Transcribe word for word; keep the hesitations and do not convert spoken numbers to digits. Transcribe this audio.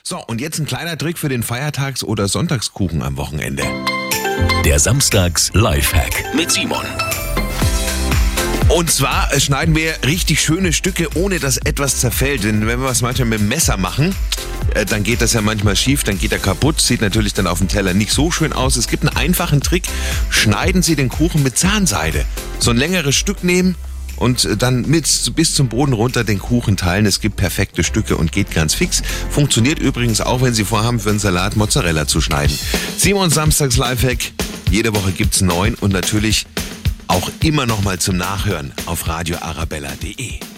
So, und jetzt ein kleiner Trick für den Feiertags- oder Sonntagskuchen am Wochenende. Der Samstags-Lifehack mit Simon. Und zwar schneiden wir richtig schöne Stücke, ohne dass etwas zerfällt. Denn wenn wir es manchmal mit dem Messer machen, dann geht das ja manchmal schief, dann geht er kaputt. Sieht natürlich dann auf dem Teller nicht so schön aus. Es gibt einen einfachen Trick. Schneiden Sie den Kuchen mit Zahnseide. So ein längeres Stück nehmen und dann mit bis zum Boden runter den Kuchen teilen. Es gibt perfekte Stücke und geht ganz fix. Funktioniert übrigens auch, wenn Sie vorhaben, für einen Salat Mozzarella zu schneiden. Simon Samstags Lifehack. Jede Woche gibt's neun und natürlich auch immer noch mal zum Nachhören auf radio arabella punkt de.